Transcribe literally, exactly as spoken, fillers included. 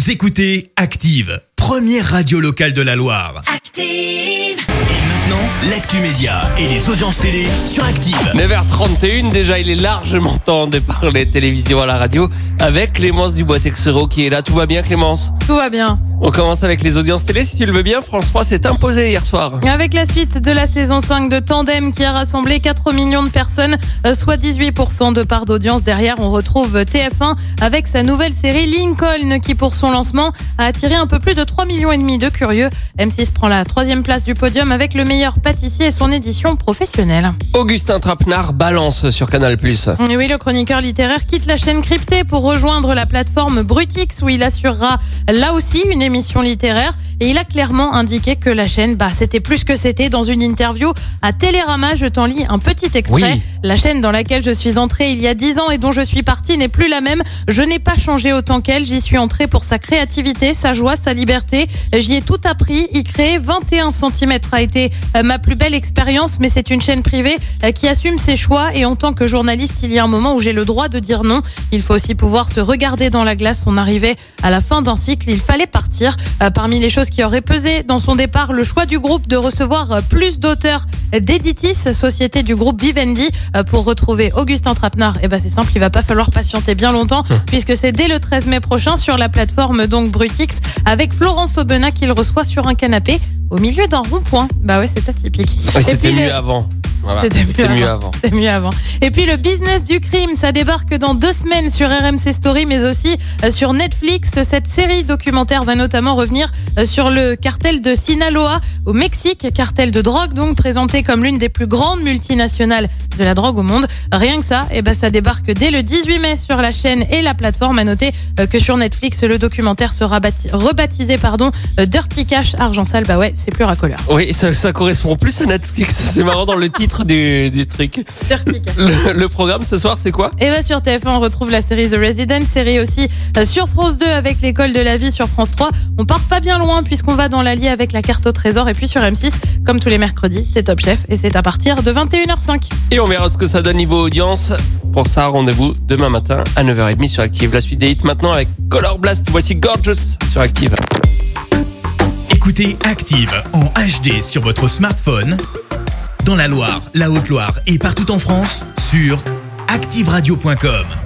Vous écoutez Active, première radio locale de la Loire. Active. Et maintenant, l'actu média et les audiences télé sur Active. neuf heures trente et une, déjà il est largement temps de parler télévision à la radio avec Clémence Dubois-Texero qui est là. Tout va bien Clémence? Tout va bien. On commence avec les audiences télé, si tu le veux bien. France trois s'est imposé hier soir. Avec la suite de la saison cinq de Tandem qui a rassemblé quatre millions de personnes, soit dix-huit pour cent de part d'audience. Derrière, on retrouve T F un avec sa nouvelle série Lincoln qui, pour son lancement, a attiré un peu plus de trois millions et demi de curieux. M six prend la troisième place du podium avec Le Meilleur Pâtissier et son édition professionnelle. Augustin Trapenard balance sur Canal plus. Et oui, le chroniqueur littéraire quitte la chaîne cryptée pour rejoindre la plateforme Brutix où il assurera là aussi une émission littéraire. Et il a clairement indiqué que la chaîne, bah, c'était plus que c'était. Dans une interview à Télérama, je t'en lis un petit extrait. Oui. La chaîne dans laquelle je suis entrée il y a dix ans et dont je suis partie n'est plus la même. Je n'ai pas changé autant qu'elle. J'y suis entrée pour sa créativité, sa joie, sa liberté. J'y ai tout appris. Y créer vingt et un centimètres a été ma plus belle expérience, mais c'est une chaîne privée qui assume ses choix. Et en tant que journaliste, il y a un moment où j'ai le droit de dire non. Il faut aussi pouvoir se regarder dans la glace. On arrivait à la fin d'un cycle. Il fallait partir. Parmi les choses qui auraient pesé dans son départ, le choix du groupe de recevoir plus d'auteurs d'Editis, société du groupe Vivendi. Pour retrouver Augustin Trapenard, eh ben c'est simple, il va pas falloir patienter bien longtemps puisque c'est dès le treize mai prochain sur la plateforme donc Brutix avec Florence Aubenas qu'il reçoit sur un canapé au milieu d'un rond-point. Bah ouais, c'est atypique. Oui, c'était mieux le... avant. Voilà, C'était, c'était mieux, mieux avant. avant. C'était mieux avant. Et puis le business du crime, ça débarque dans deux semaines sur R M C Story, mais aussi sur Netflix. Cette série documentaire va notamment revenir sur le cartel de Sinaloa au Mexique, cartel de drogue donc présenté comme l'une des plus grandes multinationales de la drogue au monde. Rien que ça, et ben ça débarque dès le dix-huit mai sur la chaîne et la plateforme. À noter que sur Netflix, le documentaire sera bapti- rebaptisé pardon Dirty Cash Argent Sale. Bah ouais, c'est plus racoleur. Oui, ça, ça correspond plus à Netflix. C'est marrant dans le titre du, du truc. Dirty Cash. Le, le programme ce soir, c'est quoi? Et bah sur T F un, on retrouve la série The Resident, série aussi euh, sur France deux avec l'école de la vie sur France trois. On part pas bien loin puisqu'on va dans l'Allier avec la carte au trésor. Et puis sur M six, comme tous les mercredis, c'est Top Chef et c'est à partir de vingt et une heures cinq. Et on verra ce que ça donne niveau audience. Pour ça, rendez-vous demain matin à neuf heures trente sur Active. La suite des hits maintenant avec Color Blast. Voici Gorgeous sur Active. Écoutez Active en H D sur votre smartphone, dans la Loire, la Haute-Loire et partout en France, sur active radio point com.